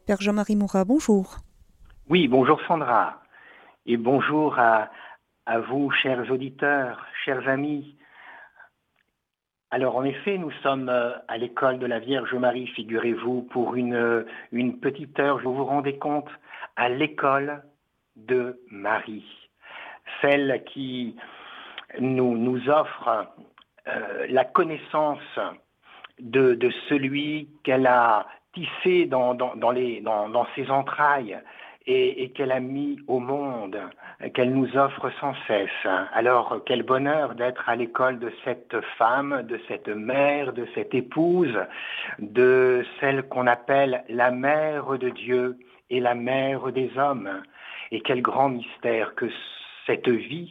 Père Jean-Marie Mourat, bonjour. Oui, bonjour Sandra, et bonjour à vous, chers auditeurs, chers amis. Alors, en effet, nous sommes à l'école de la Vierge Marie, figurez-vous, pour une petite heure, vous vous rendez compte, à l'école de Marie, celle qui nous offre la connaissance de celui qu'elle a tissé dans ses entrailles et qu'elle a mis au monde, qu'elle nous offre sans cesse. Alors, quel bonheur d'être à l'école de cette femme, de cette mère, de cette épouse, de celle qu'on appelle la mère de Dieu et la mère des hommes. Et quel grand mystère que cette vie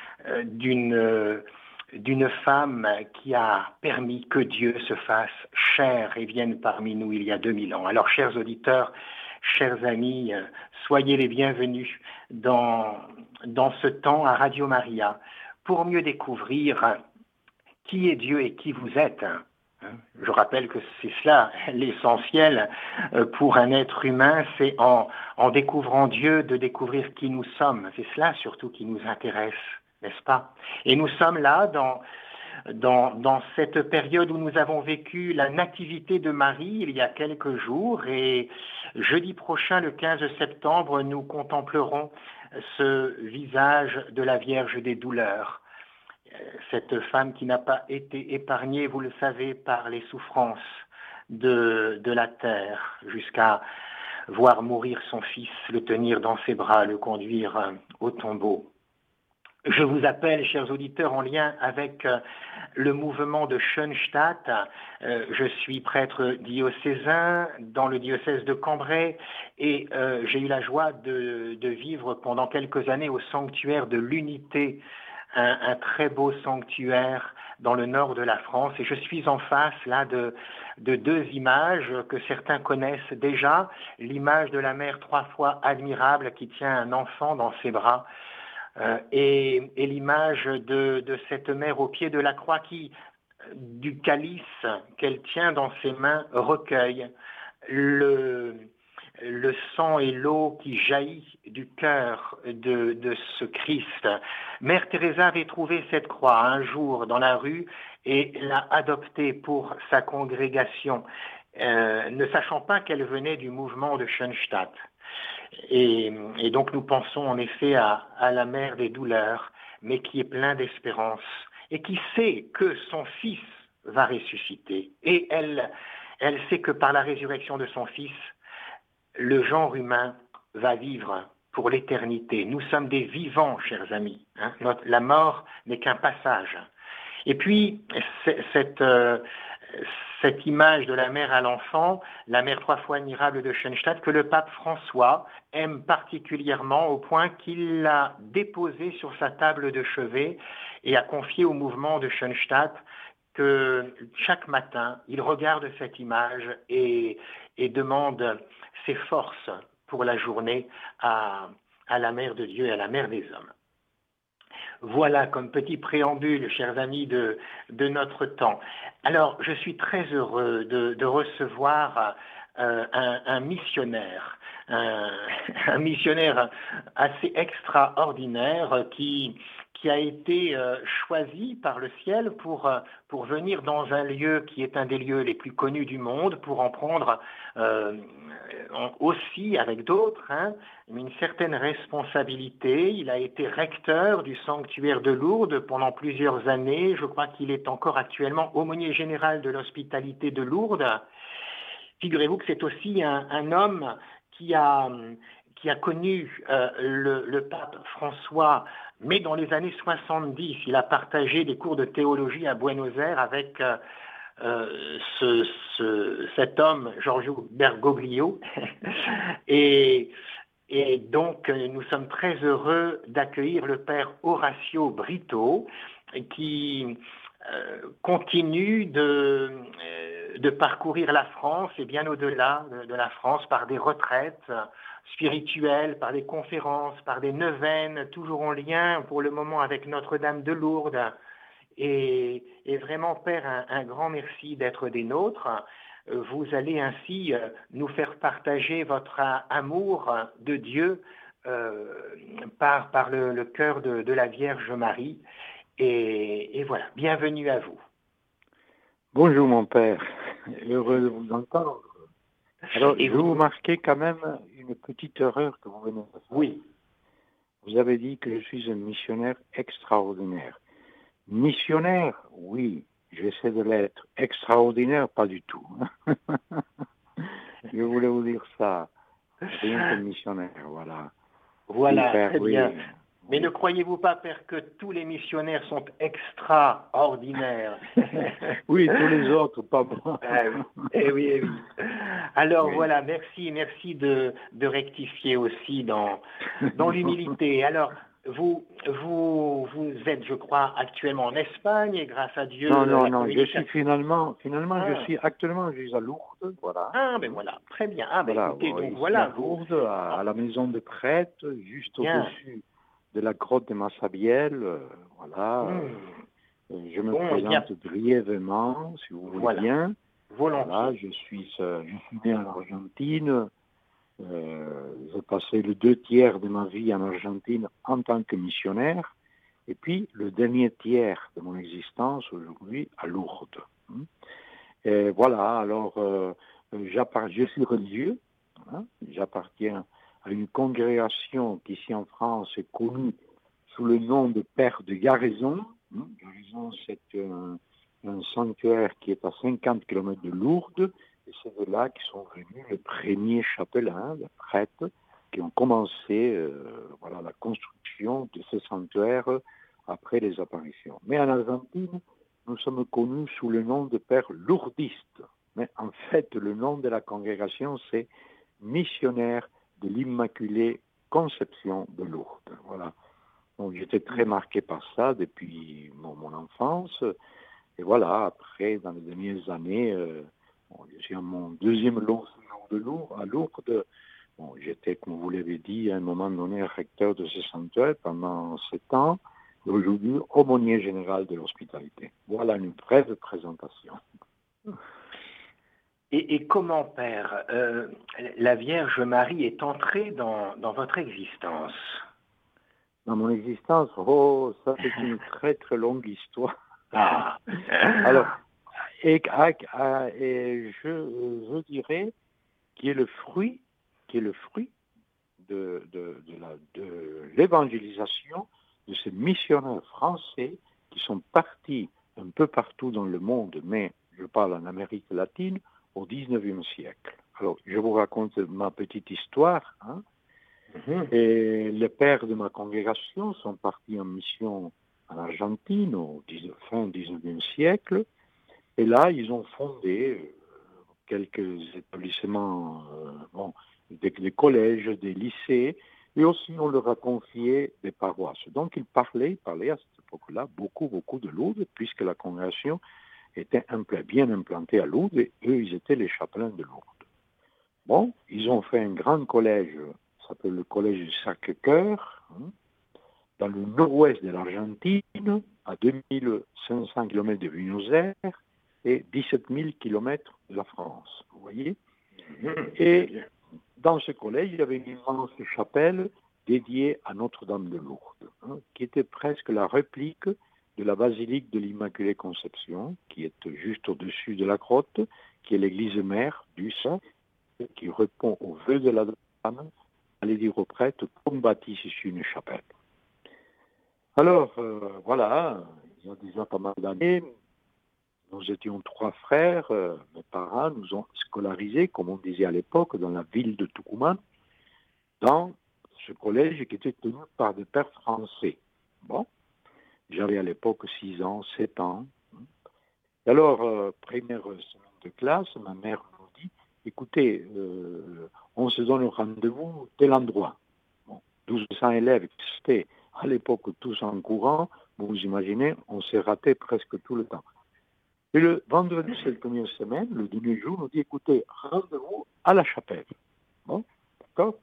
d'une femme qui a permis que Dieu se fasse chair et vienne parmi nous il y a 2000 ans. Alors, chers auditeurs, chers amis, soyez les bienvenus dans ce temps à Radio Maria pour mieux découvrir qui est Dieu et qui vous êtes. Je rappelle que c'est cela l'essentiel pour un être humain, c'est en découvrant Dieu de découvrir qui nous sommes. C'est cela surtout qui nous intéresse, n'est-ce pas? Et nous sommes là dans cette période où nous avons vécu la nativité de Marie il y a quelques jours et jeudi prochain, le 15 septembre, nous contemplerons ce visage de la Vierge des douleurs. Cette femme qui n'a pas été épargnée, vous le savez, par les souffrances de la terre, jusqu'à voir mourir son fils, le tenir dans ses bras, le conduire au tombeau. Je vous appelle, chers auditeurs, en lien avec le mouvement de Schoenstatt. Je suis prêtre diocésain dans le diocèse de Cambrai et j'ai eu la joie de vivre pendant quelques années au sanctuaire de l'Unité, un très beau sanctuaire dans le nord de la France. Et je suis en face là de deux images que certains connaissent déjà. L'image de la mère trois fois admirable qui tient un enfant dans ses bras. Et l'image de cette mère au pied de la croix qui, du calice qu'elle tient dans ses mains, recueille le sang et l'eau qui jaillit du cœur de ce Christ. Mère Teresa avait trouvé cette croix un jour dans la rue et l'a adoptée pour sa congrégation, ne sachant pas qu'elle venait du mouvement de Schoenstatt. Et donc nous pensons en effet à la mère des douleurs, mais qui est plein d'espérance et qui sait que son fils va ressusciter. Et elle sait que par la résurrection de son fils, le genre humain va vivre pour l'éternité. Nous sommes des vivants, chers amis. La mort n'est qu'un passage. Et puis, cette image de la mère à l'enfant, la mère trois fois admirable de Schoenstatt, que le pape François aime particulièrement au point qu'il l'a déposée sur sa table de chevet et a confié au mouvement de Schoenstatt que chaque matin, il regarde cette image et demande ses forces pour la journée à la mère de Dieu et à la mère des hommes. Voilà comme petit préambule, chers amis, de notre temps. Alors, je suis très heureux de recevoir un missionnaire, un missionnaire assez extraordinaire qui a été choisi par le ciel pour venir dans un lieu qui est un des lieux les plus connus du monde, pour en prendre aussi, avec d'autres, une certaine responsabilité. Il a été recteur du sanctuaire de Lourdes pendant plusieurs années. Je crois qu'il est encore actuellement aumônier général de l'hospitalité de Lourdes. Figurez-vous que c'est aussi un homme qui a connu le pape François, mais dans les années 70. Il a partagé des cours de théologie à Buenos Aires avec cet homme, Giorgio Bergoglio. et donc, nous sommes très heureux d'accueillir le père Horacio Brito, qui continue de parcourir la France et bien au-delà de la France par des retraites spirituelles, par des conférences, par des neuvaines, toujours en lien pour le moment avec Notre-Dame de Lourdes. Et vraiment, Père, un grand merci d'être des nôtres. vous allez ainsi nous faire partager votre amour de Dieu par le cœur de la Vierge Marie. Et voilà, bienvenue à vous. Bonjour mon père, heureux de vous entendre. Alors, je vais vous marquer quand même une petite erreur que vous venez de faire. Oui. Vous avez dit que je suis un missionnaire extraordinaire. Missionnaire, oui, j'essaie de l'être. Extraordinaire, pas du tout. Je voulais vous dire ça. Rien que missionnaire, voilà. Voilà, oui, père, très oui. bien. Mais ne croyez-vous pas, Père, que tous les missionnaires sont extraordinaires? Oui, tous les autres, pas moi. Eh oui, eh oui. Alors oui. Voilà, merci de rectifier aussi dans l'humilité. Alors, vous êtes, je crois, actuellement en Espagne et grâce à Dieu. Non, je suis finalement, je suis actuellement, je suis à Lourdes, voilà. Ah, ben voilà, très bien. Ah, ben voilà, écoutez, donc ici voilà. À Lourdes, à la maison de prêtre, juste au-dessus de la grotte de Massabielle, voilà. Je me présente brièvement, si vous voulez bien. Voilà, je suis né en Argentine. J'ai passé le 2 tiers de ma vie en Argentine en tant que missionnaire. Et puis, le dernier tiers de mon existence aujourd'hui à Lourdes. Et voilà, alors, je suis religieux. Hein, j'appartiens à une congrégation qui, ici en France, est connue sous le nom de Père de Garaison. Garaison, c'est un sanctuaire qui est à 50 km de Lourdes. Et c'est de là qui sont venus les premiers chapelains, les prêtres, qui ont commencé la construction de ce sanctuaire après les apparitions. Mais en Argentine, nous sommes connus sous le nom de Père lourdiste. Mais en fait, le nom de la congrégation, c'est Missionnaire de l'Immaculée Conception de Lourdes. Voilà. Donc j'étais très marqué par ça depuis mon enfance. Et voilà, après, dans les dernières années, je suis à mon 2e long séjour à Lourdes. Bon, j'étais, comme vous l'avez dit, à un moment donné, recteur de ce sanctuaire pendant 7 ans. Et aujourd'hui, aumônier général de l'hospitalité. Voilà une brève présentation. Et comment, Père, la Vierge Marie est entrée dans votre existence? Dans mon existence, ça c'est une très très longue histoire. Ah. Alors, et je dirais qui est le fruit de l'évangélisation de ces missionnaires français qui sont partis un peu partout dans le monde, mais je parle en Amérique latine, au XIXe siècle. Alors, je vous raconte ma petite histoire. Et les pères de ma congrégation sont partis en mission en Argentine au fin XIXe siècle. Et là, ils ont fondé quelques établissements, des collèges, des lycées, et aussi on leur a confié des paroisses. Donc ils parlaient à cette époque-là beaucoup de Lourdes, puisque la congrégation était bien implantée à Lourdes, et eux, ils étaient les chapelains de Lourdes. Bon, ils ont fait un grand collège, ça s'appelle le collège du Sacré-Cœur, dans le nord-ouest de l'Argentine, à 2500 km de Buenos Aires, et 17 000 km de la France, vous voyez. Et dans ce collège, il y avait une immense chapelle dédiée à Notre-Dame de Lourdes, qui était presque la réplique de la basilique de l'Immaculée Conception, qui est juste au-dessus de la grotte, qui est l'église mère du Saint, qui répond aux vœux de la dame, allez dire aux prêtres, qu'on bâtisse ici une chapelle. Alors, voilà, il y a déjà pas mal d'années, nous étions 3 frères, mes parents nous ont scolarisés, comme on disait à l'époque, dans la ville de Tucumán, dans ce collège qui était tenu par des pères français. Bon, j'avais à l'époque 6 ans, 7 ans. Et alors, première semaine de classe, ma mère nous dit, écoutez, on se donne rendez-vous tel endroit. Bon, 1200 élèves qui étaient à l'époque tous en courant, vous imaginez, on s'est raté presque tout le temps. Et le vendredi, c'est la première semaine, le dernier jour, on nous dit, écoutez, rendez-vous à la chapelle. Bon, d'accord.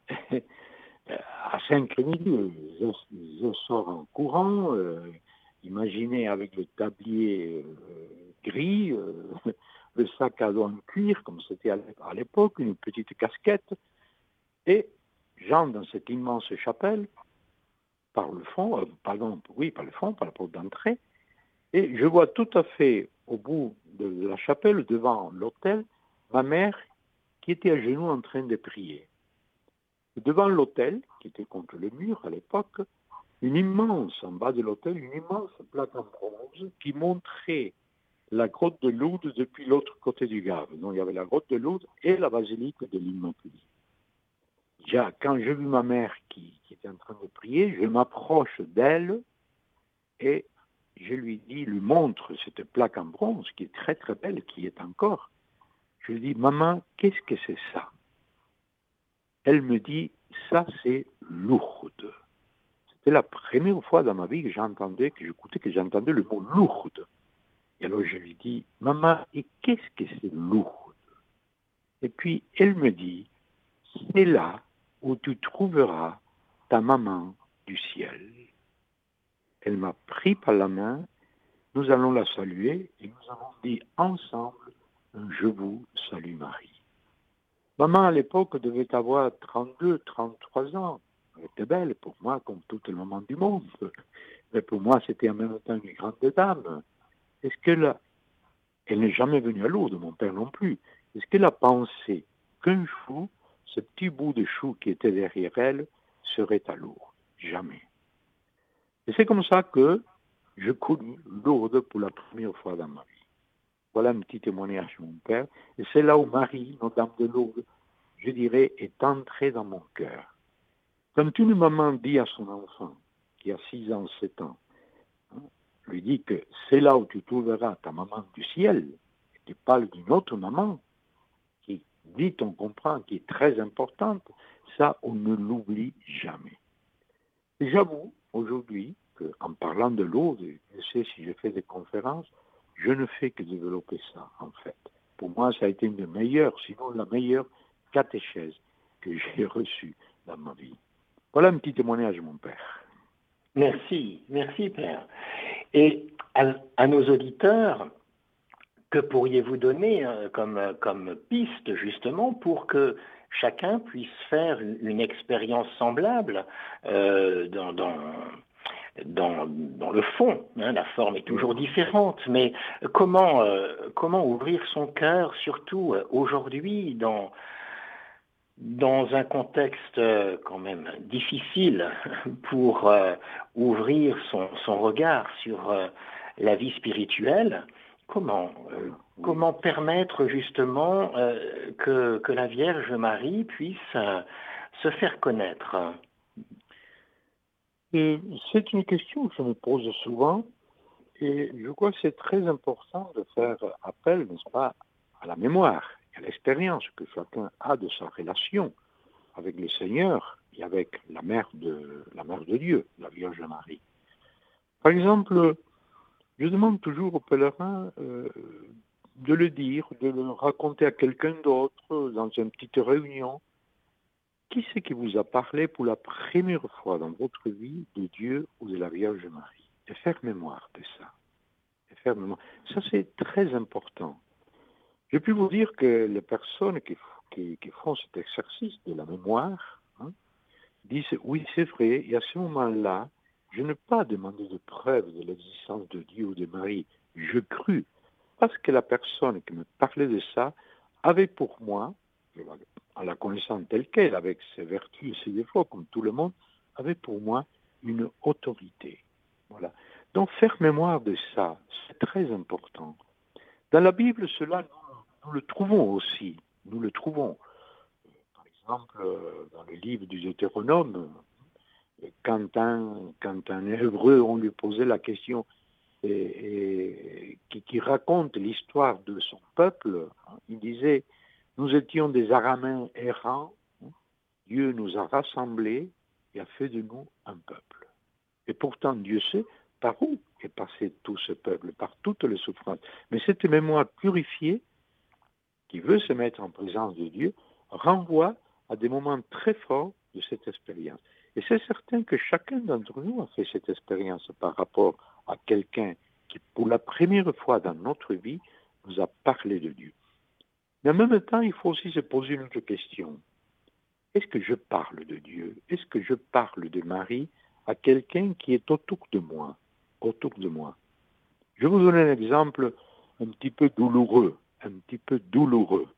À 5h30, je sors en courant, imaginez avec le tablier gris, le sac à dos en cuir, comme c'était à l'époque, une petite casquette, et j'entre dans cette immense chapelle, par le fond, par le fond, par la porte d'entrée, et je vois tout à fait au bout de la chapelle, devant l'autel, ma mère qui était à genoux en train de prier. Devant l'autel, qui était contre le mur à l'époque, en bas de l'autel, une immense plaque en bronze qui montrait la grotte de Lourdes depuis l'autre côté du Gave. Donc il y avait la grotte de Lourdes et la basilique de l'Immaculée. Déjà, quand j'ai vu ma mère qui était en train de prier, je m'approche d'elle et je lui montre cette plaque en bronze qui est très très belle, qui est encore. Je lui dis, maman, qu'est-ce que c'est ça? Elle me dit, ça c'est Lourdes. C'était la première fois dans ma vie que j'entendais le mot Lourdes. Et alors je lui dis, maman, et qu'est-ce que c'est Lourdes? Et puis elle me dit, c'est là où tu trouveras ta maman du ciel. Elle m'a pris par la main, nous allons la saluer et nous avons dit ensemble, je vous salue Marie. Maman à l'époque devait avoir 32, 33 ans. Elle était belle pour moi comme toutes les mamans du monde. Mais pour moi c'était en même temps une grande dame. Est-ce qu'elle n'est jamais venue à Lourdes, mon père non plus. Est-ce qu'elle a pensé qu'un chou, ce petit bout de chou qui était derrière elle, serait à Lourdes? Jamais. Et c'est comme ça que je connus Lourdes pour la première fois dans ma vie. Voilà un petit témoignage de mon père. Et c'est là où Marie, Notre-Dame de Lourdes, je dirais, est entrée dans mon cœur. Quand une maman dit à son enfant, qui a 6 ans, 7 ans, lui dit que c'est là où tu trouveras ta maman du ciel, et tu parles d'une autre maman, qui, vite on comprend, qui est très importante, ça on ne l'oublie jamais. Et j'avoue aujourd'hui qu'en parlant de Lourdes, je sais si je fais des conférences, je ne fais que développer ça en fait. Pour moi ça a été une des meilleures, sinon la meilleure catéchèse que j'ai reçue dans ma vie. Voilà un petit témoignage de mon père. Merci Père. Et à nos auditeurs, que pourriez-vous donner comme piste justement pour que chacun puisse faire une expérience semblable dans le fond, hein, la forme est toujours différente, mais comment ouvrir son cœur, surtout aujourd'hui, dans un contexte quand même difficile pour ouvrir son regard sur la vie spirituelle. Comment permettre justement que la Vierge Marie puisse se faire connaître? C'est une question que je me pose souvent et je crois que c'est très important de faire appel, n'est-ce pas, à la mémoire, à l'expérience que chacun a de sa relation avec le Seigneur et avec la mère de Dieu, la Vierge Marie. Par exemple, je demande toujours aux pèlerins de le dire, de le raconter à quelqu'un d'autre dans une petite réunion. Qui c'est qui vous a parlé pour la première fois dans votre vie de Dieu ou de la Vierge Marie? Et faire mémoire de ça. Ça, c'est très important. Je peux vous dire que les personnes qui font cet exercice de la mémoire disent oui, c'est vrai, et à ce moment-là, je n'ai pas demandé de preuve de l'existence de Dieu ou de Marie. Je crus, parce que la personne qui me parlait de ça avait pour moi, en la connaissant telle qu'elle, avec ses vertus et ses défauts, comme tout le monde, avait pour moi une autorité. Voilà. Donc faire mémoire de ça, c'est très important. Dans la Bible, cela, nous le trouvons aussi. Nous le trouvons. Par exemple, dans le livre du Deutéronome, quand un Hébreu, on lui posait la question qui raconte l'histoire de son peuple, il disait, nous étions des Araméens errants, Dieu nous a rassemblés et a fait de nous un peuple. Et pourtant, Dieu sait par où est passé tout ce peuple, par toutes les souffrances. Mais cette mémoire purifiée, qui veut se mettre en présence de Dieu, renvoie à des moments très forts de cette expérience. Et c'est certain que chacun d'entre nous a fait cette expérience par rapport à quelqu'un qui, pour la première fois dans notre vie, nous a parlé de Dieu. Mais en même temps, il faut aussi se poser une autre question. Est-ce que je parle de Dieu? Est-ce que je parle de Marie à quelqu'un qui est autour de moi? Autour de moi. Je vais vous donner un exemple un petit peu douloureux. Un petit peu douloureux.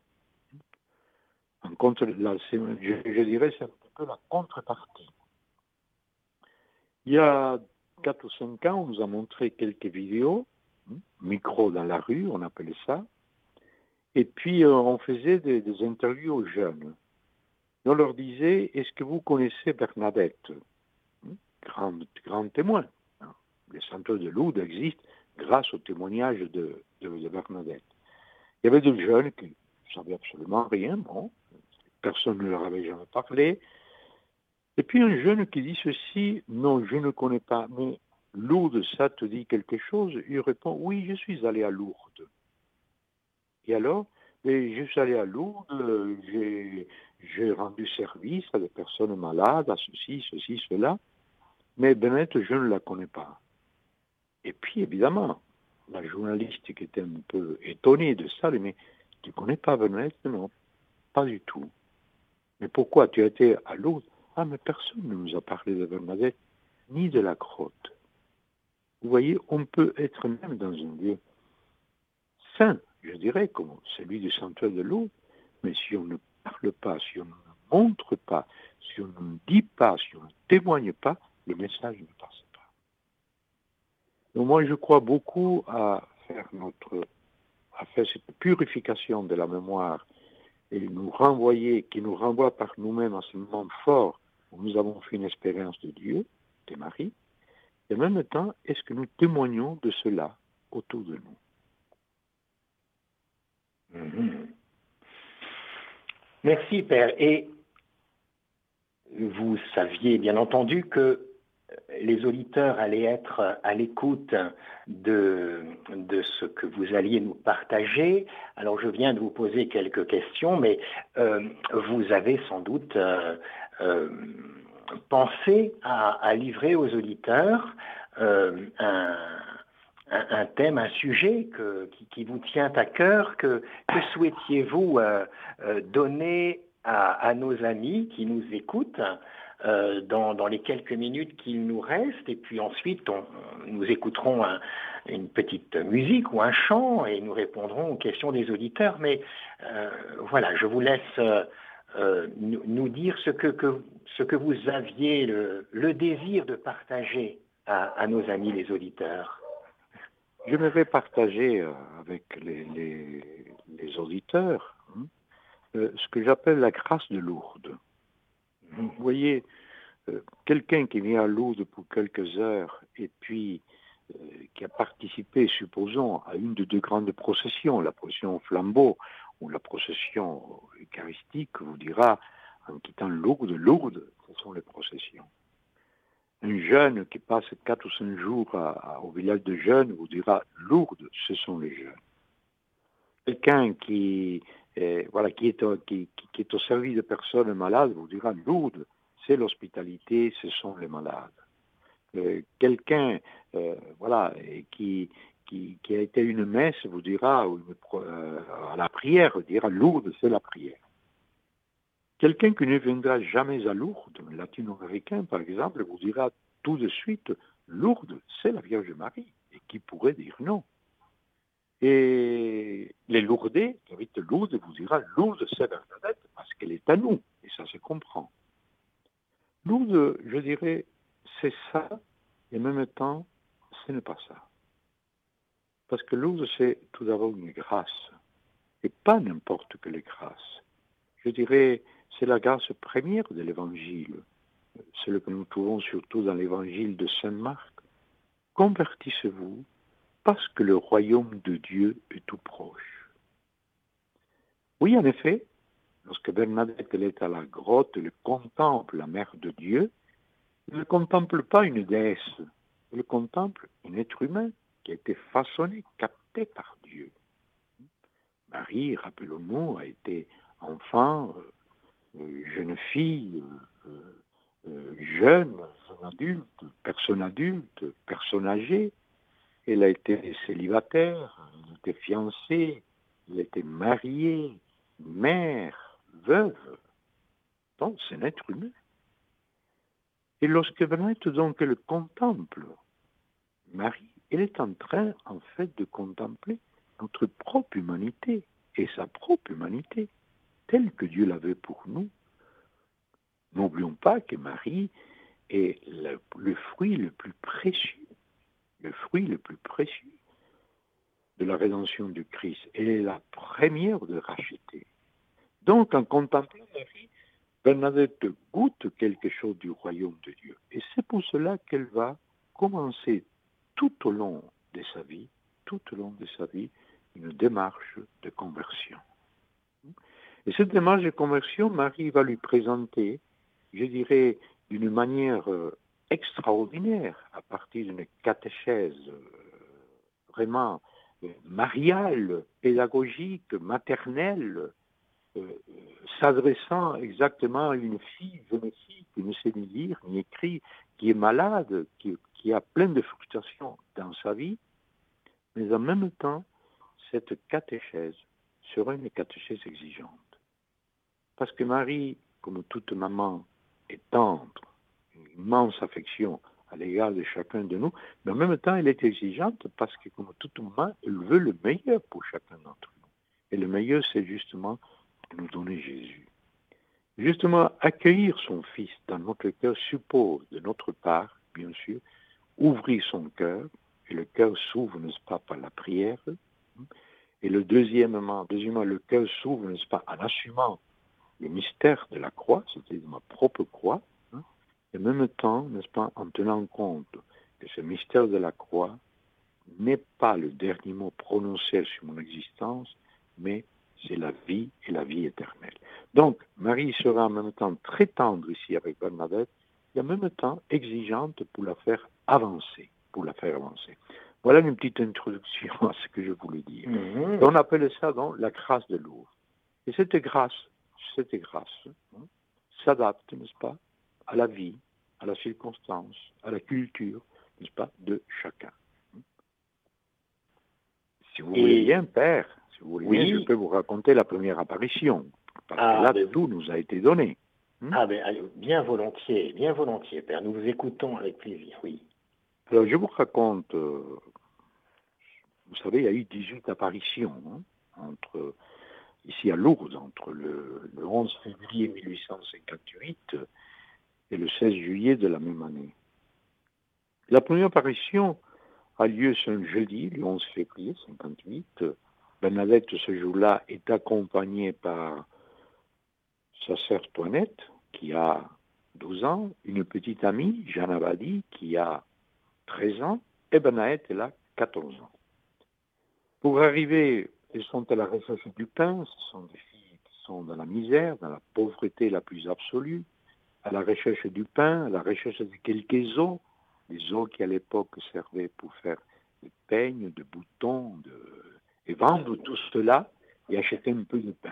Je dirais c'est un petit peu la contrepartie. Il y a 4 ou 5 ans, on nous a montré quelques vidéos, micro dans la rue, on appelait ça, et puis on faisait des interviews aux jeunes. Et on leur disait, est-ce que vous connaissez Bernadette? Grand témoin. Les centres de Lourdes existent grâce au témoignage de Bernadette. Il y avait des jeunes qui ne savaient absolument rien, bon, personne ne leur avait jamais parlé. Et puis un jeune qui dit ceci, non, je ne connais pas, mais Lourdes, ça te dit quelque chose? Il répond, oui, je suis allé à Lourdes. Et alors, je suis allé à Lourdes, j'ai rendu service à des personnes malades, à ceci, cela, mais Bernadette, je ne la connais pas. Et puis, évidemment, la journaliste qui était un peu étonnée de ça, elle dit, mais tu ne connais pas Bernadette? Non, pas du tout. Mais pourquoi? Tu as été à Lourdes? Ah, mais personne ne nous a parlé de Bernadette, ni de la grotte. Vous voyez, on peut être même dans un lieu saint, je dirais, comme celui du sanctuaire de Lourdes, mais si on ne parle pas, si on ne montre pas, si on ne dit pas, si on ne témoigne pas, le message ne passe pas. Donc moi, je crois beaucoup à faire cette purification de la mémoire et qui nous renvoie par nous-mêmes à ce moment fort où nous avons fait une expérience de Dieu, de Marie, et en même temps, est-ce que nous témoignons de cela autour de nous? Merci, Père. Et vous saviez bien entendu que les auditeurs allaient être à l'écoute de ce que vous alliez nous partager. Alors, je viens de vous poser quelques questions, mais vous avez sans doute pensé à livrer aux auditeurs un thème, un sujet qui vous tient à cœur. Que souhaitiez-vous donner à nos amis qui nous écoutent dans les quelques minutes qu'il nous reste, et puis ensuite nous écouterons une petite musique ou un chant et nous répondrons aux questions des auditeurs. Mais voilà, je vous laisse nous dire ce que vous aviez le désir de partager à nos amis les auditeurs. J'aimerais partager avec les auditeurs ce que j'appelle la grâce de Lourdes. Vous voyez, quelqu'un qui vient à Lourdes pour quelques heures et puis qui a participé, supposons, à une de deux grandes processions, la procession au flambeau ou la procession eucharistique, vous dira, en quittant Lourdes, ce sont les processions. Un jeune qui passe 4 ou 5 jours au village de jeunes vous dira, Lourdes, ce sont les jeunes. Quelqu'un qui est au service de personnes malades vous dira, Lourdes, c'est l'hospitalité, ce sont les malades. Quelqu'un qui a été à une messe vous dira, à la prière, dira, Lourdes, c'est la prière. Quelqu'un qui ne viendra jamais à Lourdes, un latino-américain par exemple, vous dira tout de suite, Lourdes, c'est la Vierge Marie. Et qui pourrait dire non? Et les Lourdais, qui habitent Lourdes, vous dira, Lourdes, c'est Bernadette, parce qu'elle est à nous. Et ça se comprend. Lourdes, je dirais, c'est ça, et en même temps, ce n'est pas ça. Parce que Lourdes, c'est tout d'abord une grâce, et pas n'importe quelle grâce. Je dirais, c'est la grâce première de l'Évangile, celle que nous trouvons surtout dans l'Évangile de Saint Marc. Convertissez-vous, parce que le royaume de Dieu est tout proche. Oui, en effet, lorsque Bernadette est à la grotte, elle contemple la Mère de Dieu, elle ne contemple pas une déesse, elle contemple un être humain qui a été façonné, capté par Dieu. Marie, rappelons-nous, a été enfant, jeune fille, jeune adulte, personne âgée. Elle a été célibataire, elle a été fiancée, elle était mariée, mère, veuve. Donc, c'est un être humain. Et lorsque Bernadette donc le contemple, Marie, elle est en train, en fait, de contempler notre propre humanité et sa propre humanité, telle que Dieu l'avait pour nous. N'oublions pas que Marie est le fruit le plus précieux, le fruit le plus précieux de la rédemption du Christ. Elle est la première de racheter. Donc, en contemplant Marie, Bernadette goûte quelque chose du royaume de Dieu. Et c'est pour cela qu'elle va commencer tout au long de sa vie, une démarche de conversion. Et cette démarche de conversion, Marie va lui présenter, je dirais, d'une manière extraordinaire, à partir d'une catéchèse vraiment mariale, pédagogique, maternelle, s'adressant exactement à une fille, jeune fille qui ne sait ni lire ni écrire, qui est malade, qui a plein de frustrations dans sa vie, mais en même temps, cette catéchèse sera une catéchèse exigeante. Parce que Marie, comme toute maman, est tendre, une immense affection à l'égard de chacun de nous, mais en même temps, elle est exigeante parce que, comme toute maman, elle veut le meilleur pour chacun d'entre nous. Et le meilleur, c'est justement de nous donner Jésus. Justement, accueillir son Fils dans notre cœur suppose, de notre part, bien sûr, ouvrir son cœur, et le cœur s'ouvre, n'est-ce pas, par la prière. Et deuxièmement, le cœur s'ouvre, n'est-ce pas, en assumant le mystère de la croix, c'est-à-dire ma propre croix, et en même temps, n'est-ce pas, en tenant compte que ce mystère de la croix n'est pas le dernier mot prononcé sur mon existence, mais c'est la vie et la vie éternelle. Donc, Marie sera en même temps très tendre ici avec Bernadette, et en même temps exigeante pour la faire avancer, Voilà une petite introduction à ce que je voulais dire. On appelle ça donc la grâce de Lourdes. Et cette grâce s'adapte, n'est-ce pas, à la vie, à la circonstance, à la culture, n'est-ce pas, de chacun. Si vous voulez bien, Père, je peux vous raconter la première apparition, parce que là, tout nous a été donné. Bien volontiers, Père. Nous vous écoutons avec plaisir, oui. Alors, je vous raconte, vous savez, il y a eu 18 apparitions ici à Lourdes, entre le 11 février 1858 et le 16 juillet de la même année. La première apparition a lieu ce jeudi, le 11 février 58. Bernadette, ce jour-là, est accompagnée par sa sœur Toinette, qui a 12 ans, une petite amie, Jeanne Abadi, qui a 13 ans, et Bernadette, elle a 14 ans. Pour arriver, elles sont à la recherche du pain, ce sont des filles qui sont dans la misère, dans la pauvreté la plus absolue, à la recherche du pain, à la recherche de quelques os, des os qui à l'époque servaient pour faire des peignes, de boutons, et vendre tout cela et acheter un peu de pain.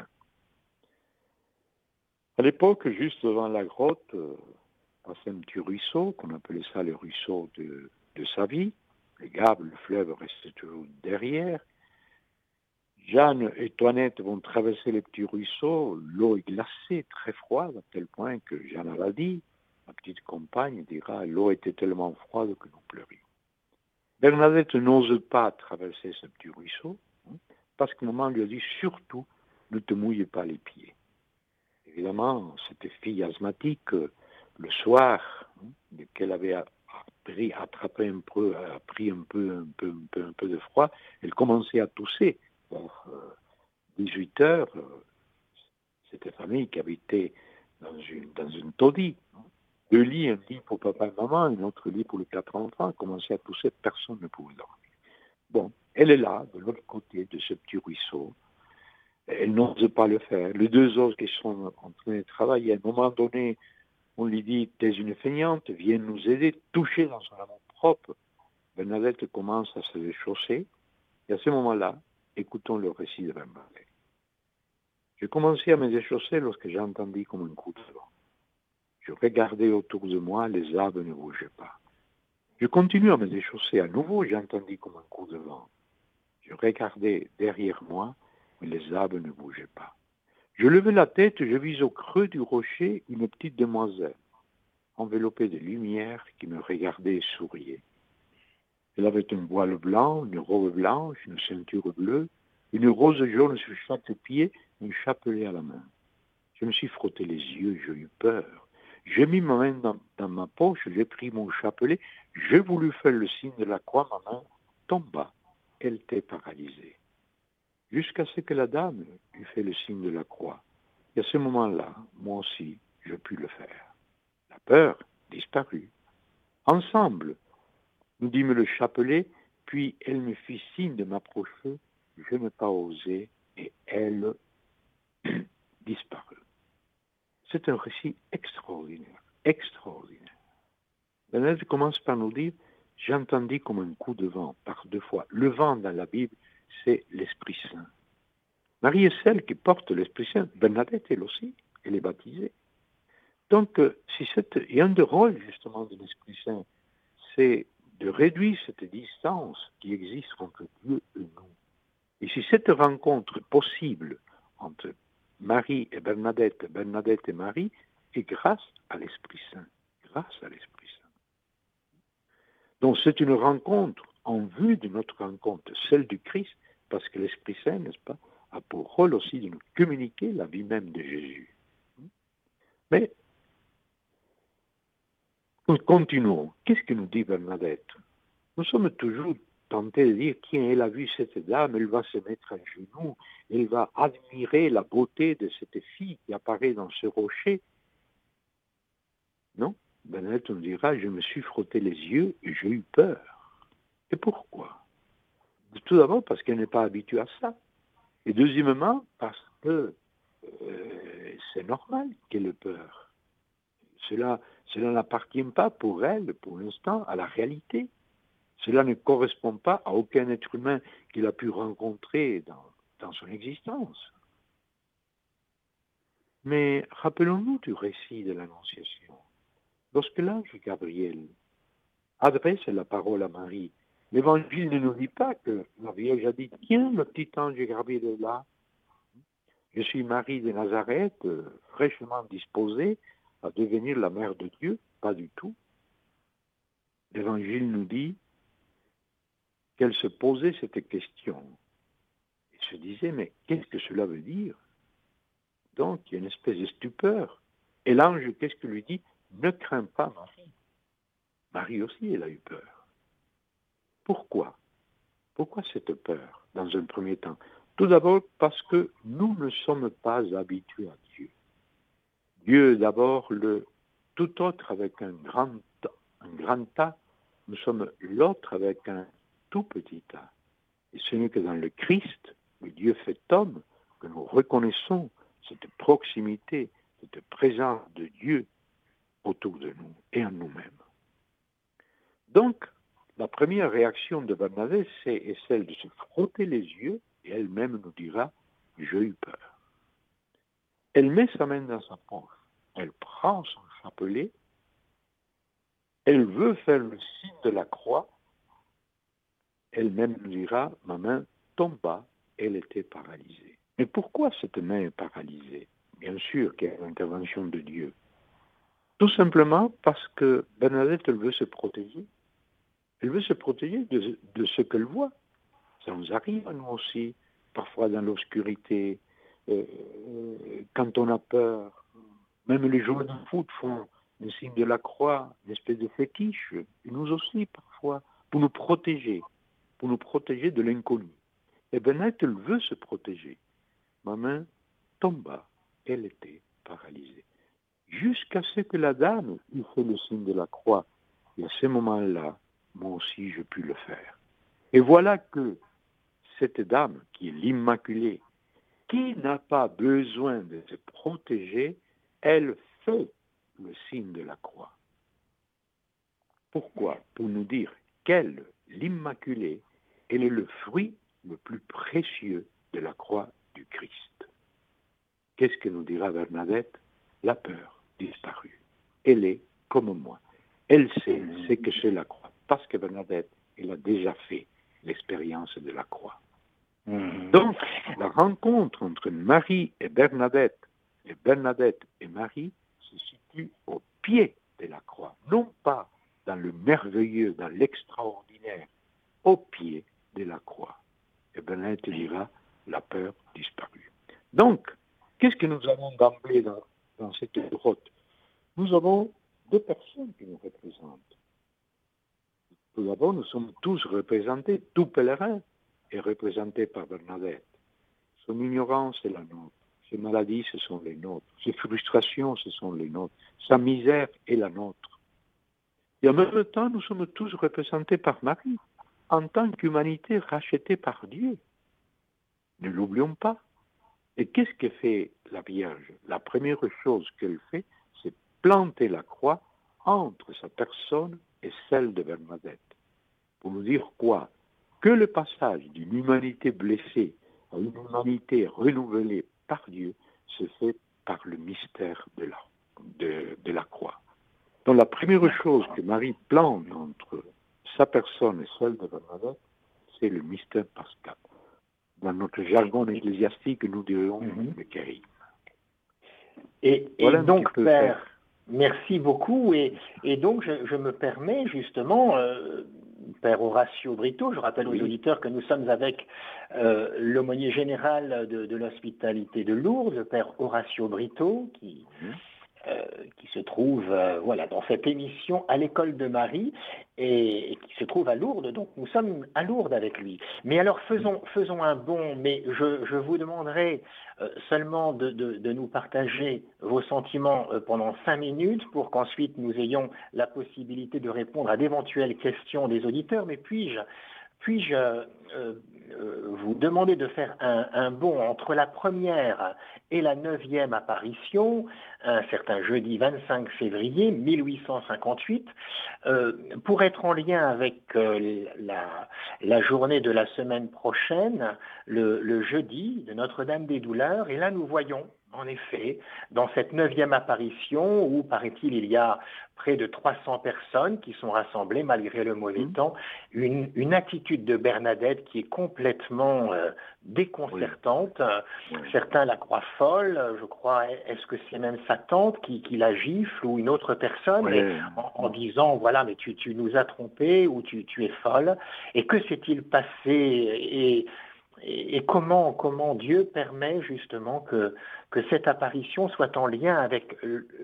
À l'époque, juste devant la grotte, passait un petit ruisseau, qu'on appelait ça le ruisseau de sa vie. Le Gave, le fleuve, restait toujours derrière. Jeanne et Toinette vont traverser le petit ruisseau. L'eau est glacée, très froide, à tel point que Jeanne l'a dit, ma petite compagne dira, l'eau était tellement froide que nous pleurions. Bernadette n'ose pas traverser ce petit ruisseau, parce que maman lui a dit, surtout, ne te mouille pas les pieds. Évidemment, cette fille asthmatique, le soir, qu'elle avait pris un peu de froid, elle commençait à tousser. Vers 18 heures, cette famille qui habitait dans une taudis, 2 lits, un lit pour papa et maman, un autre lit pour les 4 enfants, commençait à tousser, personne ne pouvait dormir. Bon, elle est là, de l'autre côté de ce petit ruisseau. Elle n'ose pas le faire. Les 2 autres qui sont en train de travailler, à un moment donné, on lui dit, t'es une feignante, viens nous aider, toucher dans son amour propre. Bernadette commence à se déchausser, et à ce moment-là, écoutons le récit de Bernadette. J'ai commencé à me déchausser lorsque j'ai entendu comme un coup de vent. Je regardais autour de moi, les arbres ne bougeaient pas. Je continue à me déchausser à nouveau, j'ai entendu comme un coup de vent. Je regardais derrière moi, mais les arbres ne bougeaient pas. Je levai la tête, je vis au creux du rocher une petite demoiselle, enveloppée de lumière, qui me regardait et souriait. Elle avait un voile blanc, une robe blanche, une ceinture bleue, une rose jaune sur chaque pied, un chapelet à la main. Je me suis frotté les yeux, j'ai eu peur. J'ai mis ma main dans ma poche, j'ai pris mon chapelet, j'ai voulu faire le signe de la croix, ma main tomba. Elle était paralysée. Jusqu'à ce que la dame eût fait le signe de la croix. Et à ce moment-là, moi aussi, je pus le faire. La peur disparut. Ensemble, nous dîmes le chapelet, puis elle me fit signe de m'approcher. Je n'ai pas osé et elle disparut. C'est un récit extraordinaire, extraordinaire. Bernadette commence par nous dire, j'entendis comme un coup de vent, par 2 fois. Le vent dans la Bible, c'est l'Esprit Saint. Marie est celle qui porte l'Esprit Saint. Bernadette, elle aussi, elle est baptisée. Donc, il y a un des rôles justement de l'Esprit Saint, c'est de réduire cette distance qui existe entre Dieu et nous. Et si cette rencontre est possible entre Marie et Bernadette, Bernadette et Marie, est grâce à l'Esprit Saint. Grâce à l'Esprit Saint. Donc c'est une rencontre en vue de notre rencontre, celle du Christ, parce que l'Esprit Saint, n'est-ce pas, a pour rôle aussi de nous communiquer la vie même de Jésus. Mais nous continuons. Qu'est-ce que nous dit Bernadette? Nous sommes toujours tentés de dire, tiens, elle a vu cette dame, elle va se mettre à genoux, elle va admirer la beauté de cette fille qui apparaît dans ce rocher. Non, Bernadette nous dira, je me suis frotté les yeux et j'ai eu peur. Et pourquoi? Tout d'abord parce qu'elle n'est pas habituée à ça. Et deuxièmement, parce que c'est normal qu'elle ait peur. Cela n'appartient pas pour elle, pour l'instant, à la réalité. Cela ne correspond pas à aucun être humain qu'il a pu rencontrer dans son existence. Mais rappelons-nous du récit de l'Annonciation. Lorsque l'ange Gabriel adresse la parole à Marie, l'Évangile ne nous dit pas que la Vierge a dit « Tiens, le petit ange Gabriel est là. Je suis Marie de Nazareth, fraîchement disposée à devenir la mère de Dieu. » Pas du tout. L'Évangile nous dit qu'elle se posait cette question. Elle se disait, mais qu'est-ce que cela veut dire? Donc, il y a une espèce de stupeur. Et l'ange, qu'est-ce qu'il lui dit? Ne crains pas, Marie. Marie aussi, elle a eu peur. Pourquoi? Pourquoi cette peur, dans un premier temps? Tout d'abord, parce que nous ne sommes pas habitués à Dieu. Dieu, d'abord, le tout autre avec un grand tas. Nous sommes l'autre avec un tout petit tas. Et ce n'est que dans le Christ, le Dieu fait homme, que nous reconnaissons cette proximité, cette présence de Dieu autour de nous et en nous-mêmes. Donc, la première réaction de Bernadette, est celle de se frotter les yeux, et elle-même nous dira, j'ai eu peur. Elle met sa main dans sa poche, elle prend son chapelet, elle veut faire le signe de la croix, elle-même nous dira, ma main tomba, elle était paralysée. Mais pourquoi cette main est paralysée? Bien sûr qu'il y a l'intervention de Dieu. Tout simplement parce que Bernadette, elle veut se protéger. Elle veut se protéger de ce qu'elle voit. Ça nous arrive à nous aussi, parfois dans l'obscurité, quand on a peur. Même les joueurs de foot font le signe de la croix, une espèce de fétiche. Et nous aussi, parfois, pour nous protéger de l'inconnu. Et Bernadette, elle veut se protéger. Ma main tomba, elle était paralysée. Jusqu'à ce que la dame eût fait le signe de la croix. Et à ce moment-là, moi aussi, je pus le faire. Et voilà que cette dame, qui est l'Immaculée, qui n'a pas besoin de se protéger, elle fait le signe de la croix. Pourquoi? Pour nous dire qu'elle, l'Immaculée, elle est le fruit le plus précieux de la croix du Christ. Qu'est-ce que nous dira Bernadette? La peur disparue. Elle est comme moi. Elle sait ce que c'est la croix. Parce que Bernadette, elle a déjà fait l'expérience de la croix. Donc, la rencontre entre Marie et Bernadette et Marie se situe au pied de la croix, non pas dans le merveilleux, dans l'extraordinaire, au pied de la croix. Et Bernadette dira, la peur disparue. Donc, qu'est-ce que nous avons d'emblée dans cette grotte? Nous avons deux personnes qui nous représentent. Tout d'abord, nous sommes tous représentés, tout pèlerin est représenté par Bernadette. Son ignorance est la nôtre. Ses maladies, ce sont les nôtres. Ses frustrations, ce sont les nôtres. Sa misère est la nôtre. Et en même temps, nous sommes tous représentés par Marie, en tant qu'humanité rachetée par Dieu. Ne l'oublions pas. Et qu'est-ce que fait la Vierge? La première chose qu'elle fait, c'est planter la croix entre sa personne et celle de Bernadette. Pour nous dire quoi? Que le passage d'une humanité blessée à une humanité renouvelée par Dieu se fait par le mystère de la croix. Donc la première chose que Marie plante entre sa personne et celle de Bernadette, c'est le mystère pascal. Dans notre jargon ecclésiastique, nous dirions le kérigme. Et donc, Père, merci beaucoup. Et donc, je me permets justement, Père Horacio Brito, je rappelle aux auditeurs que nous sommes avec l'aumônier général de l'hospitalité de Lourdes, Père Horacio Brito, qui se trouve dans cette émission à l'école de Marie et qui se trouve à Lourdes. Donc nous sommes à Lourdes avec lui. Mais alors faisons un bond, mais je vous demanderai seulement de nous partager vos sentiments pendant 5 minutes pour qu'ensuite nous ayons la possibilité de répondre à d'éventuelles questions des auditeurs. Mais puis-je vous demander de faire un bond entre la première et la 9e apparition, un certain jeudi 25 février 1858, pour être en lien avec la journée de la semaine prochaine, le jeudi de Notre-Dame des Douleurs. Et là, nous voyons, en effet, dans cette 9e apparition, où, paraît-il, il y a près de 300 personnes qui sont rassemblées, malgré le mauvais temps, une attitude de Bernadette qui est complètement déconcertante. Certains la croient folle, je crois, est-ce que c'est même sa tante qui la gifle ou une autre personne, en disant, voilà, mais tu nous as trompés ou tu es folle. Et que s'est-il passé et comment Dieu permet justement que cette apparition soit en lien avec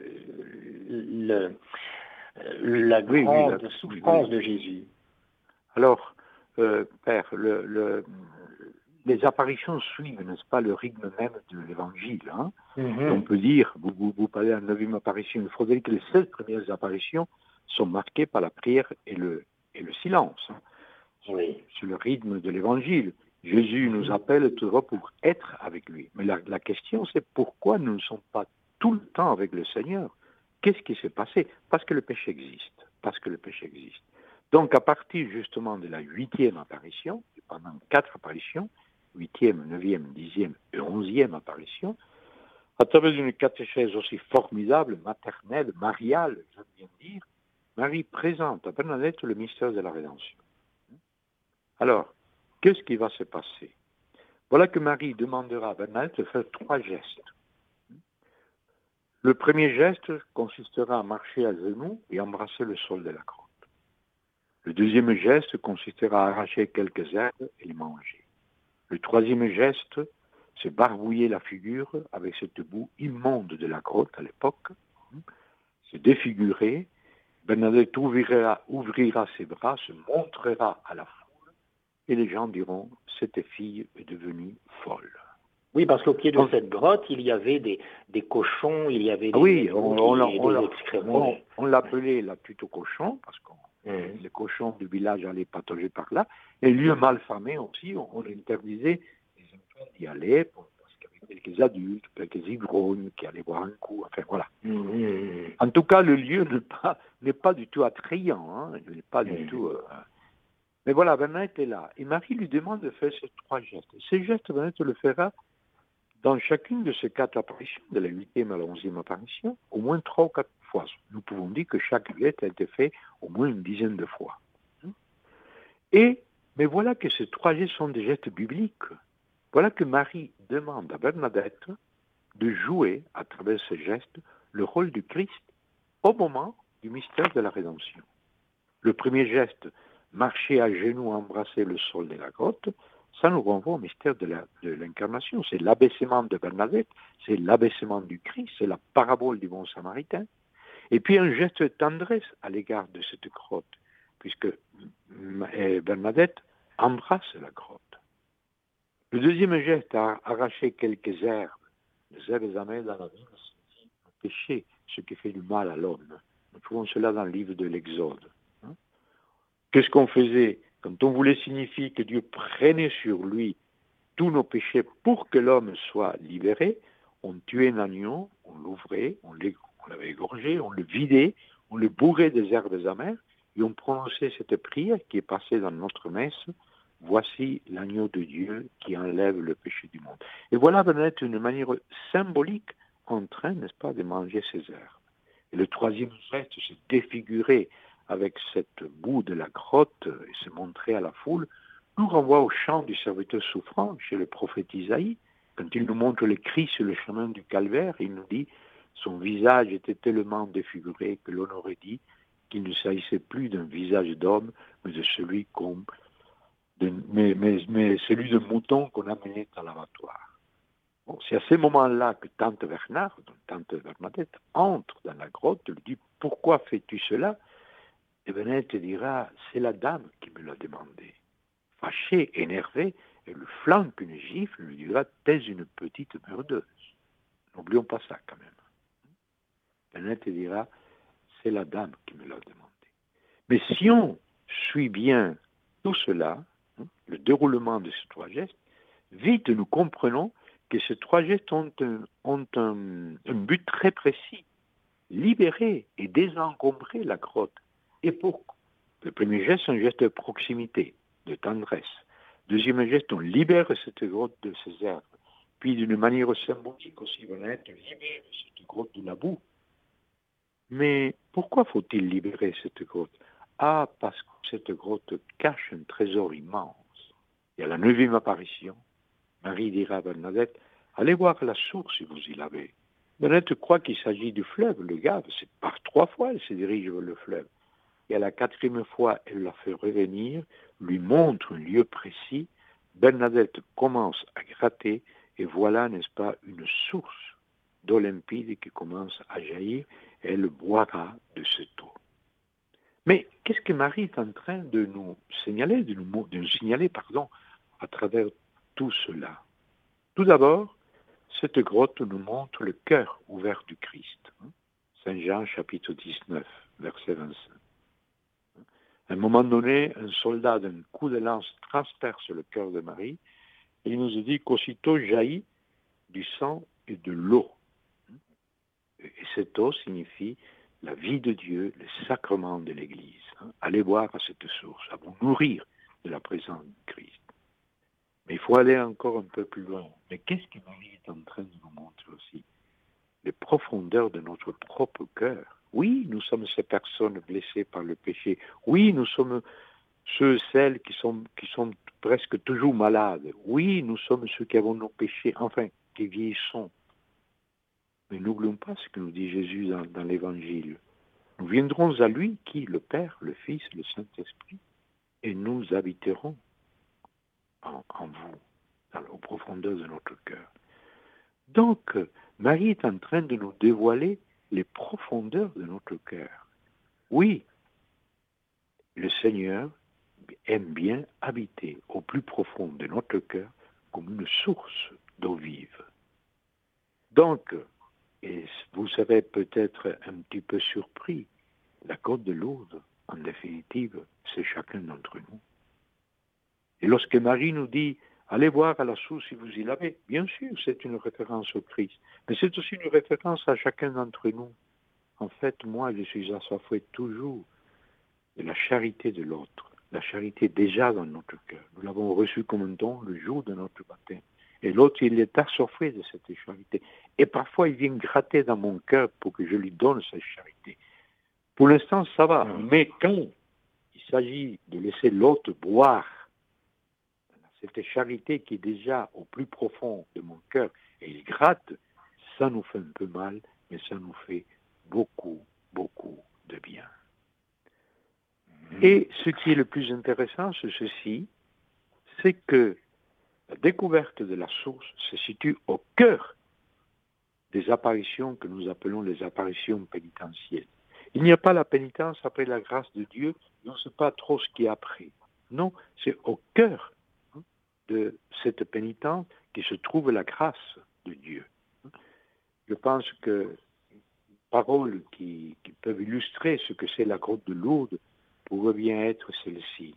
la grande souffrance de Jésus? Alors, Père, les apparitions suivent, n'est-ce pas, le rythme même de l'Évangile. On peut dire, vous parlez de la 9e apparition, il faudrait que les 16 premières apparitions sont marquées par la prière et le silence. C'est le rythme de l'Évangile. Jésus nous appelle toujours pour être avec lui. Mais la question, c'est pourquoi nous ne sommes pas tout le temps avec le Seigneur? Qu'est-ce qui s'est passé? Parce que le péché existe. Donc, à partir justement de la 8e apparition, pendant 4 apparitions, 8e, 9e, 10e et 11e apparition, à travers d'une catéchèse aussi formidable, maternelle, mariale, j'aime bien dire, Marie présente à Bernadette le mystère de la rédemption. Alors, qu'est-ce qui va se passer? Voilà que Marie demandera à Bernadette de faire 3 gestes. Le premier geste consistera à marcher à genoux et embrasser le sol de la grotte. Le deuxième geste consistera à arracher quelques herbes et les manger. Le troisième geste, c'est barbouiller la figure avec cette boue immonde de la grotte à l'époque. C'est défigurer. Bernadette ouvrira ses bras, se montrera à la foule et les gens diront « cette fille est devenue folle ». Oui, parce qu'au pied de cette grotte, il y avait des cochons, il y avait des excréments. On l'appelait la pute aux cochons, parce que les cochons du village allaient patauger par là. Et lieu malfamé aussi, on interdisait les enfants d'y aller, parce qu'il y avait quelques adultes, quelques ivrognes qui allaient boire un coup, enfin voilà. En tout cas, le lieu n'est pas du tout attrayant, il n'est pas du tout... Mais voilà, Bernadette est là. Et Marie lui demande de faire ces 3 gestes. Ces gestes, Bernadette le fera dans chacune de ces 4 apparitions, de la 8e à la 11e apparition, au moins 3 ou 4 fois. Nous pouvons dire que chaque geste a été fait au moins une dizaine de fois. Mais voilà que ces 3 gestes sont des gestes bibliques. Voilà que Marie demande à Bernadette de jouer, à travers ce geste, le rôle du Christ au moment du mystère de la rédemption. Le premier geste, marcher à genoux, embrasser le sol de la grotte, ça nous renvoie au mystère de l'incarnation. C'est l'abaissement de Bernadette, c'est l'abaissement du Christ, c'est la parabole du bon samaritain. Et puis un geste de tendresse à l'égard de cette grotte, puisque Bernadette embrasse la grotte. Le deuxième geste a arraché quelques herbes, les herbes amères dans la vie, c'est le péché, ce qui fait du mal à l'homme. Nous trouvons cela dans le livre de l'Exode. Qu'est-ce qu'on faisait quand on voulait signifier que Dieu prenait sur lui tous nos péchés pour que l'homme soit libéré? On tuait un agneau, on l'ouvrait, on l'avait égorgé, on le vidait, on le bourrait des herbes amères et on prononçait cette prière qui est passée dans notre messe. Voici l'agneau de Dieu qui enlève le péché du monde. Et voilà peut-être une manière symbolique en train, n'est-ce pas, de manger ces herbes. Et le troisième geste, c'est défigurer avec cette boue de la grotte et se montrer à la foule, nous renvoie au chant du serviteur souffrant chez le prophète Isaïe. Quand il nous montre le Christ sur le chemin du calvaire, il nous dit son visage était tellement défiguré que l'on aurait dit qu'il ne s'agissait plus d'un visage d'homme, mais de celui celui de mouton qu'on amenait à l'abattoir. Bon, c'est à ce moment-là que tante Bernadette, entre dans la grotte et lui dit « Pourquoi fais-tu cela ?» Et Bernadette dira « C'est la dame qui me l'a demandé. » Fâchée, énervée, elle lui flanque une gifle, lui dira « T'es une petite merdeuse. » N'oublions pas ça quand même. Bernadette dira « C'est la dame qui me l'a demandé. » Mais si on suit bien tout cela, le déroulement de ces trois gestes, vite nous comprenons que ces trois gestes ont un but très précis, libérer et désencombrer la grotte. Et pourquoi? Le premier geste, c'est un geste de proximité, de tendresse. Deuxième geste, on libère cette grotte de ses herbes. Puis d'une manière symbolique aussi, on libère cette grotte de la boue. Mais pourquoi faut-il libérer cette grotte? Ah, parce que cette grotte cache un trésor immense. Et à la 9e apparition, Marie dira à Bernadette, allez voir la source si vous y l'avez. Bernadette croit qu'il s'agit du fleuve, le Gave. C'est par 3 fois elle se dirige vers le fleuve. Et à la 4e fois, elle la fait revenir, lui montre un lieu précis. Bernadette commence à gratter et voilà, n'est-ce pas, une source d'eau limpide qui commence à jaillir et elle boira de cette eau. Mais qu'est-ce que Marie est en train de nous signaler, à travers tout cela? Tout d'abord, cette grotte nous montre le cœur ouvert du Christ. Saint Jean chapitre 19, verset 25. À un moment donné, un soldat d'un coup de lance transperce le cœur de Marie et il nous dit qu'aussitôt jaillit du sang et de l'eau. Et cette eau signifie la vie de Dieu, le sacrement de l'Église. Allez boire à cette source, à vous nourrir de la présence du Christ. Mais il faut aller encore un peu plus loin. Mais qu'est-ce que Marie est en train de nous montrer aussi? Les profondeurs de notre propre cœur. Oui, nous sommes ces personnes blessées par le péché. Oui, nous sommes celles qui sont presque toujours malades. Oui, nous sommes ceux qui avons nos péchés, enfin, qui vieillissons. Mais n'oublions pas ce que nous dit Jésus dans l'Évangile. Nous viendrons à lui, qui? Le Père, le Fils, le Saint-Esprit, et nous habiterons en vous, aux profondeurs de notre cœur. Donc, Marie est en train de nous dévoiler les profondeurs de notre cœur. Oui, le Seigneur aime bien habiter au plus profond de notre cœur comme une source d'eau vive. Donc, et vous serez peut-être un petit peu surpris, la côte de Lourdes, en définitive, c'est chacun d'entre nous. Et lorsque Marie nous dit « Allez voir à la source si vous y l'avez », bien sûr, c'est une référence au Christ, mais c'est aussi une référence à chacun d'entre nous. En fait, moi, je suis assoiffé toujours de la charité de l'autre, la charité déjà dans notre cœur. Nous l'avons reçue comme un don le jour de notre baptême. Et l'autre, il est assoiffé de cette charité. Et parfois, il vient gratter dans mon cœur pour que je lui donne cette charité. Pour l'instant, ça va. Mais quand il s'agit de laisser l'autre boire, cette charité qui est déjà au plus profond de mon cœur, et il gratte, ça nous fait un peu mal, mais ça nous fait beaucoup, beaucoup de bien. Et ce qui est le plus intéressant, c'est ceci, c'est que la découverte de la source se situe au cœur des apparitions que nous appelons les apparitions pénitentielles. Il n'y a pas la pénitence après la grâce de Dieu, et on ne sait pas trop ce qui est après. Non, c'est au cœur de cette pénitence qui se trouve la grâce de Dieu. Je pense que paroles qui peuvent illustrer ce que c'est la grotte de Lourdes pourraient bien être celle-ci.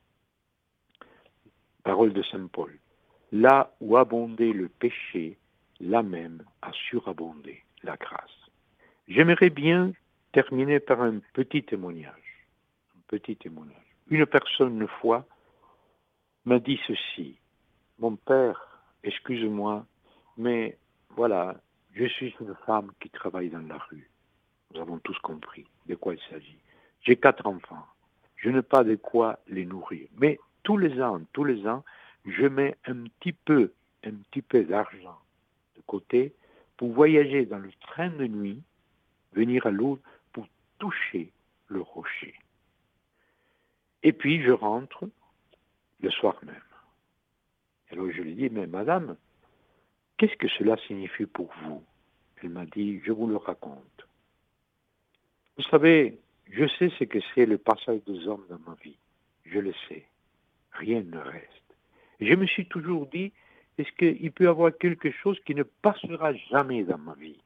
Parole de Saint Paul. Là où abondait le péché, là même a surabondé la grâce. J'aimerais bien terminer par un petit témoignage. Une personne, une fois, m'a dit ceci. Mon père, excuse-moi, mais voilà, je suis une femme qui travaille dans la rue. Nous avons tous compris de quoi il s'agit. J'ai 4 enfants. Je n'ai pas de quoi les nourrir. Mais tous les ans, je mets un petit peu d'argent de côté pour voyager dans le train de nuit, venir à Lourdes pour toucher le rocher. Et puis je rentre le soir même. Alors je lui dis, mais madame, qu'est-ce que cela signifie pour vous? Elle m'a dit, je vous le raconte. Vous savez, je sais ce que c'est le passage des hommes dans ma vie. Je le sais. Rien ne reste. Et je me suis toujours dit, est-ce qu'il peut y avoir quelque chose qui ne passera jamais dans ma vie?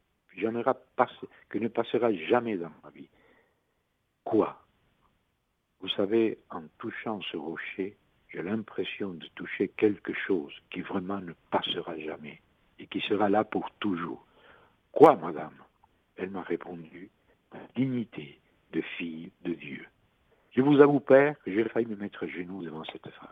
Qui ne passera jamais dans ma vie. Quoi? Vous savez, en touchant ce rocher, j'ai l'impression de toucher quelque chose qui vraiment ne passera jamais et qui sera là pour toujours. Quoi, madame? Elle m'a répondu, la dignité de fille de Dieu. Je vous avoue, père, que j'ai failli me mettre à genoux devant cette femme.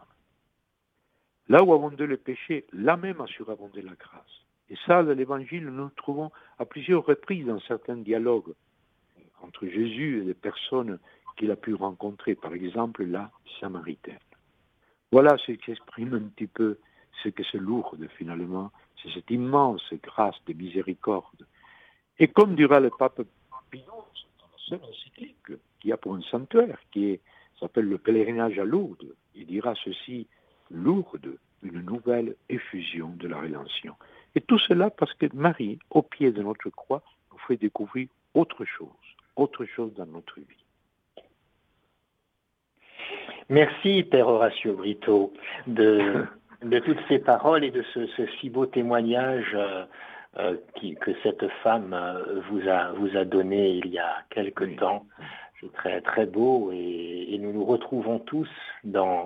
Là où abondait le péché, là même a surabondé la grâce. Et ça, dans l'Évangile, nous le trouvons à plusieurs reprises dans certains dialogues entre Jésus et les personnes qu'il a pu rencontrer, par exemple la Samaritaine. Voilà ce qui exprime un petit peu ce que c'est Lourdes finalement, c'est cette immense grâce de miséricorde. Et comme dira le pape Pie XI, dans la seule encyclique qu'il y a pour un sanctuaire, s'appelle le pèlerinage à Lourdes, il dira ceci, Lourdes, une nouvelle effusion de la rédemption. Et tout cela parce que Marie, au pied de notre croix, nous fait découvrir autre chose dans notre vie. Merci, Père Horacio Brito, de toutes ces paroles et de ce si beau témoignage que cette femme vous a donné il y a quelque temps. C'est très, très beau et nous nous retrouvons tous dans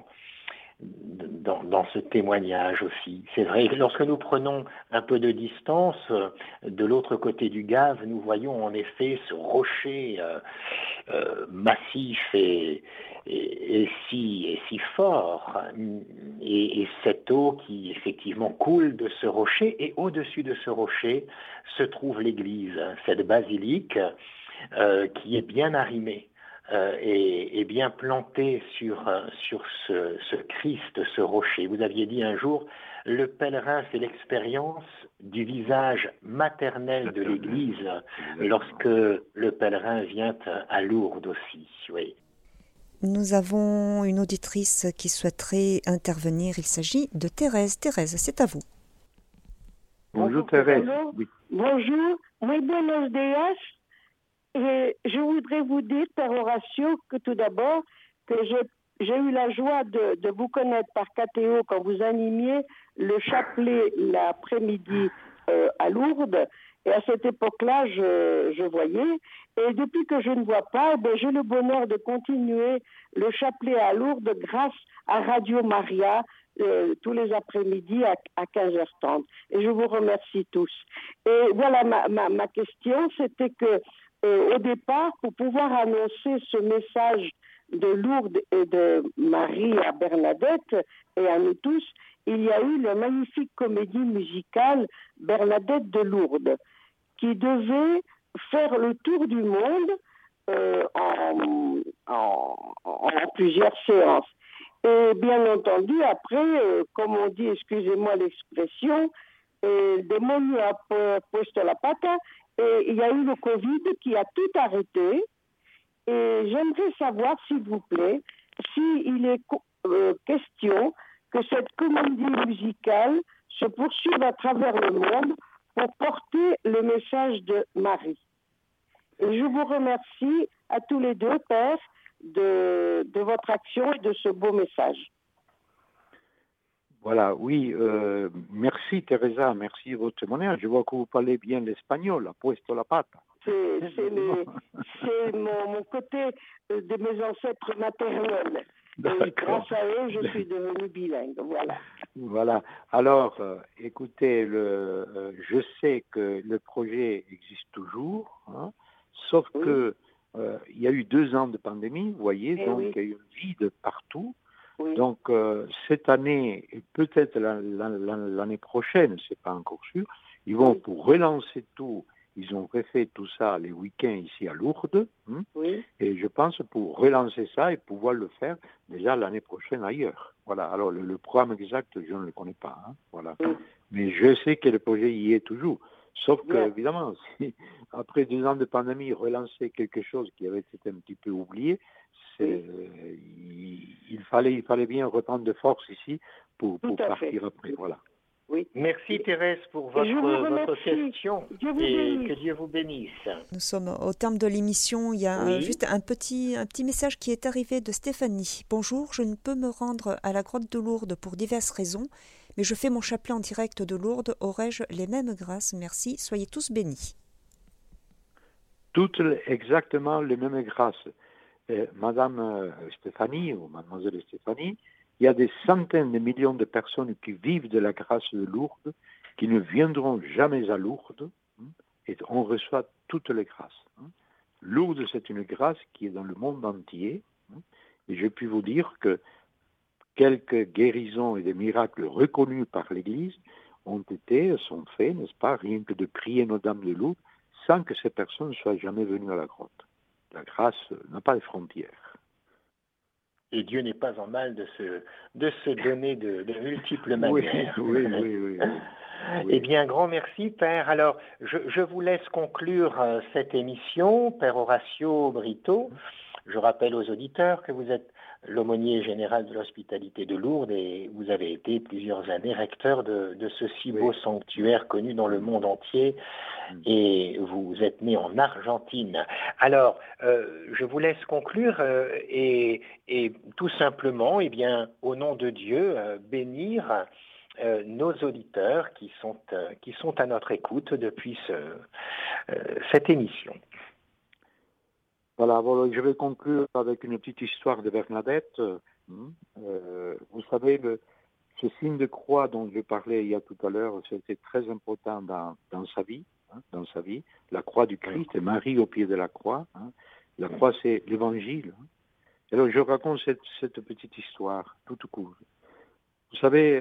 ce témoignage aussi. C'est vrai que lorsque nous prenons un peu de distance, de l'autre côté du Gave, nous voyons en effet ce rocher massif et si fort, et cette eau qui effectivement coule de ce rocher, et au-dessus de ce rocher se trouve l'église, cette basilique qui est bien arrimée. Et bien planté sur ce Christ, ce rocher. Vous aviez dit un jour, le pèlerin fait l'expérience du visage maternel de l'Église lorsque le pèlerin vient à Lourdes aussi. Oui. Nous avons une auditrice qui souhaiterait intervenir. Il s'agit de Thérèse. Thérèse, c'est à vous. Bonjour Thérèse. Bonjour, muy buenos días. Et je voudrais vous dire, Père Horacio, que tout d'abord, que j'ai eu la joie de vous connaître par KTO quand vous animiez le chapelet l'après-midi à Lourdes. Et à cette époque-là, je voyais. Et depuis que je ne vois pas, j'ai le bonheur de continuer le chapelet à Lourdes grâce à Radio Maria tous les après-midi à 15h30. Et je vous remercie tous. Et voilà, ma question, c'était que au départ, pour pouvoir annoncer ce message de Lourdes et de Marie à Bernadette et à nous tous, il y a eu la magnifique comédie musicale Bernadette de Lourdes, qui devait faire le tour du monde en plusieurs séances. Et bien entendu, après, comme on dit, excusez-moi l'expression, demonio a puesto la pata, et il y a eu le Covid qui a tout arrêté. Et j'aimerais savoir, s'il vous plaît, s'il est question que cette comédie musicale se poursuive à travers le monde pour porter le message de Marie. Et je vous remercie à tous les deux, Père, de votre action et de ce beau message. Voilà, oui, merci Teresa, merci de votre témoignage. Je vois que vous parlez bien l'espagnol, puesto la pata. C'est mon côté de mes ancêtres maternels. Et grâce à eux, je suis devenue bilingue, voilà. Voilà. Alors, écoutez, je sais que le projet existe toujours, hein, sauf que il y a eu 2 ans de pandémie, vous voyez, donc il y a eu un vide partout. Oui. Donc, cette année, et peut-être l'année prochaine, c'est pas encore sûr, ils vont pour relancer tout. Ils ont refait tout ça les week-ends ici à Lourdes. Et je pense pour relancer ça et pouvoir le faire déjà l'année prochaine ailleurs. Voilà. Alors, le programme exact, je ne le connais pas. Hein, voilà. Mais je sais que le projet y est toujours. Sauf que, évidemment, si, après 2 ans de pandémie, relancer quelque chose qui avait été un petit peu oublié, il fallait bien reprendre de force ici pour partir après. Voilà. Oui. Merci Thérèse pour votre question et que Dieu vous bénisse. Nous sommes au terme de l'émission. Il y a juste un petit message qui est arrivé de Stéphanie. Bonjour, je ne peux me rendre à la grotte de Lourdes pour diverses raisons, mais je fais mon chapelet en direct de Lourdes. Aurais-je les mêmes grâces? Merci, soyez tous bénis. Toutes exactement les mêmes grâces. Madame Stéphanie ou mademoiselle Stéphanie, il y a des centaines de millions de personnes qui vivent de la grâce de Lourdes, qui ne viendront jamais à Lourdes, et on reçoit toutes les grâces. Lourdes, c'est une grâce qui est dans le monde entier, et je puis vous dire que quelques guérisons et des miracles reconnus par l'Église sont faits, n'est-ce pas, rien que de prier nos dames de Lourdes, sans que ces personnes ne soient jamais venues à la grotte. La grâce n'a pas de frontières. Et Dieu n'est pas en mal de se donner de multiples manières. Oui. Eh bien, grand merci, Père. Alors, je vous laisse conclure cette émission, Père Horacio Brito. Je rappelle aux auditeurs que vous êtes l'aumônier général de l'hospitalité de Lourdes et vous avez été plusieurs années recteur de ce si beau sanctuaire connu dans le monde entier et vous êtes né en Argentine. Alors, je vous laisse conclure et tout simplement, eh bien, au nom de Dieu, bénir nos auditeurs qui sont à notre écoute depuis cette émission. Voilà, je vais conclure avec une petite histoire de Bernadette. Vous savez, ce signe de croix dont je parlais il y a tout à l'heure, c'était très important dans sa vie. La croix du Christ et Marie au pied de la croix. La croix, c'est l'évangile. Alors, je raconte cette petite histoire, toute courte. Vous savez,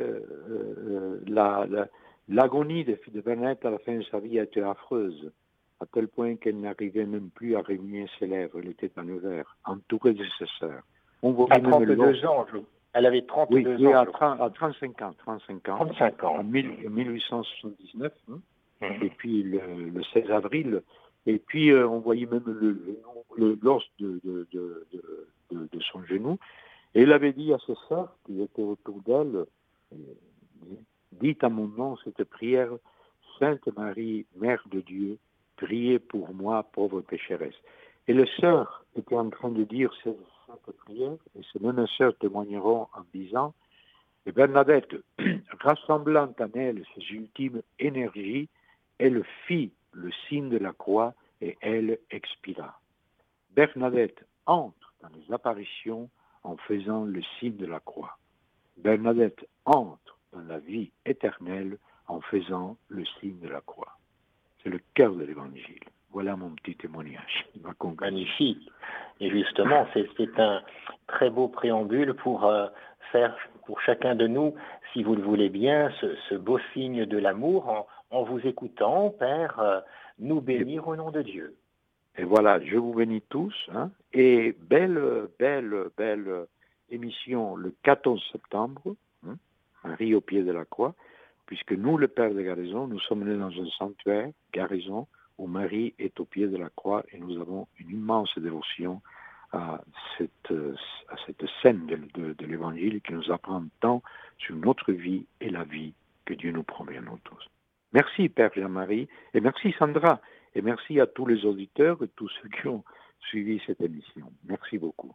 l'agonie de Bernadette à la fin de sa vie a été affreuse, à tel point qu'elle n'arrivait même plus à réunir ses lèvres. Elle était en hiver, entourée de ses sœurs. À 32 ans, elle avait 32 ans. À 35 ans. 35 ans. En 1879, et puis le 16 avril, et puis on voyait même l'os de son genou, et elle avait dit à ses sœurs qui étaient autour d'elle, dites à mon nom cette prière, Sainte Marie, Mère de Dieu, priez pour moi, pauvre pécheresse. Et les sœurs étaient en train de dire cette prière, et ces mêmes sœurs témoigneront en disant, et Bernadette, rassemblant en elle ses ultimes énergies, elle fit le signe de la croix et elle expira. Bernadette entre dans les apparitions en faisant le signe de la croix. Bernadette entre dans la vie éternelle en faisant le signe de la croix. C'est le cœur de l'Évangile. Voilà mon petit témoignage. Magnifique. Et justement, c'est un très beau préambule pour faire pour chacun de nous, si vous le voulez bien, ce beau signe de l'amour en vous écoutant, Père, nous bénir au nom de Dieu. Et voilà, je vous bénis tous. Et belle émission le 14 septembre, Marie au pied de la croix, puisque nous, le Père de Garaison, nous sommes nés dans un sanctuaire, Garaison, où Marie est au pied de la croix et nous avons une immense dévotion à cette scène de l'Évangile qui nous apprend tant sur notre vie et la vie que Dieu nous promet à nous tous. Merci Père Jean-Marie et merci Sandra et merci à tous les auditeurs et tous ceux qui ont suivi cette émission. Merci beaucoup.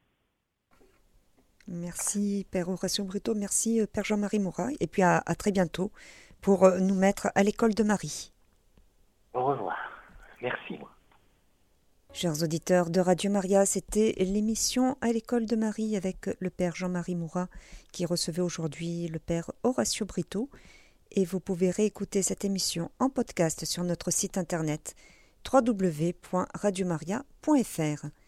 Merci Père Horacio Brito, merci Père Jean-Marie Moura et puis à très bientôt pour nous mettre à l'école de Marie. Au revoir. Merci. Chers auditeurs de Radio Maria, c'était l'émission à l'école de Marie avec le Père Jean-Marie Moura qui recevait aujourd'hui le Père Horacio Brito et vous pouvez réécouter cette émission en podcast sur notre site internet www.radiomaria.fr.